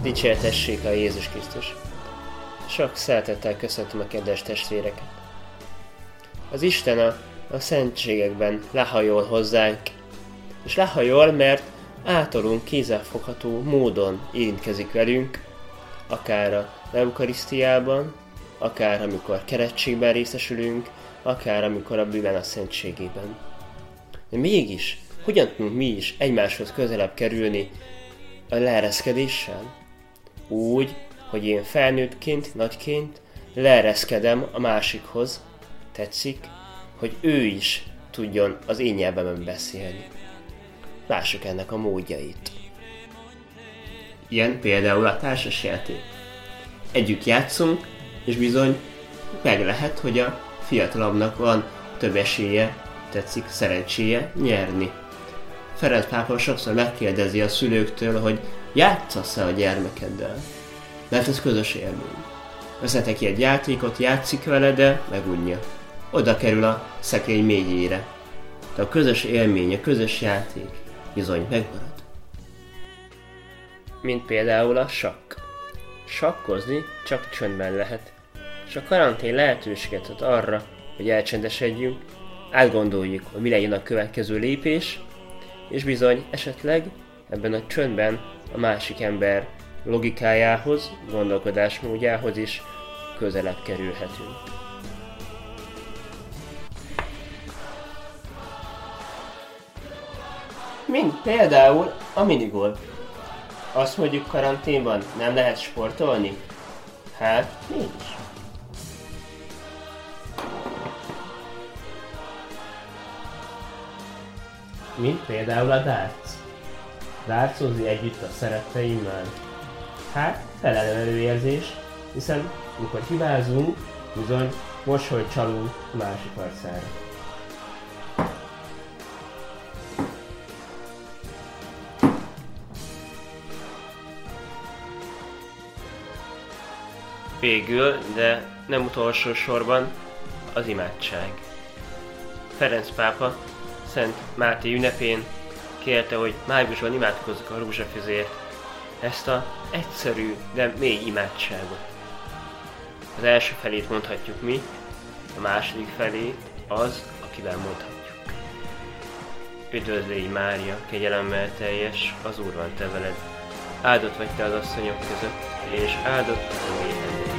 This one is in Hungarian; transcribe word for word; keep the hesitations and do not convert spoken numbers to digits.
Dicsértessék a Jézus Krisztus! Sok szeretettel köszöntöm a kedves testvéreket! Az Isten a, a szentségekben lehajol hozzánk, és lehajol, mert általunk kézzelfogható módon érintkezik velünk, akár a eukarisztiában, akár amikor keresztségben részesülünk, akár amikor a bűven a szentségében. De mégis, hogyan tudunk mi is egymáshoz közelebb kerülni a leereszkedéssel? Úgy, hogy én felnőttként, nagyként leereszkedem a másikhoz, tetszik, hogy ő is tudjon az én nyelvemben beszélni. Lássuk ennek a módjait. Ilyen például a társasjáték. Együtt játszunk, és bizony meg lehet, hogy a fiatalabbnak van több esélye, tetszik, szerencséje nyerni. Ferenc pápa sokszor megkérdezi a szülőktől, hogy játszasz-e a gyermekeddel? Mert ez közös élmény. Veszetek ki egy játékot, játszik vele, de megunja. Oda kerül a szekrény mélyére. De a közös élmény, a közös játék bizony megmarad. Mint például a sakk. Sakkozni csak csöndben lehet. És a karantén lehetőséget ad arra, hogy elcsendesedjünk, átgondoljuk, hogy mi legyen a következő lépés, és bizony esetleg ebben a csöndben a másik ember logikájához, gondolkodásmódjához is közelebb kerülhetünk. Mint például a minigolf. Azt mondjuk karanténban nem lehet sportolni? Hát, mégis. Mint például a darts. Dartsozni együtt a szeretteimmel. Hát, felemelő érzés, hiszen mikor hibázunk, bizony mosolyt csalunk a másik arcára. Végül, de nem utolsó sorban, az imádság. Ferenc pápa Szent Máté ünnepén kérte, hogy májusban imádkozzuk a rózsafüzért, ezt az egyszerű, de mély imádságot. Az első felét mondhatjuk mi, a második felét az, akivel mondhatjuk. Üdvözlégy Mária, kegyelemmel teljes, az Úr van te veled. Áldott vagy te az asszonyok között, és áldott a te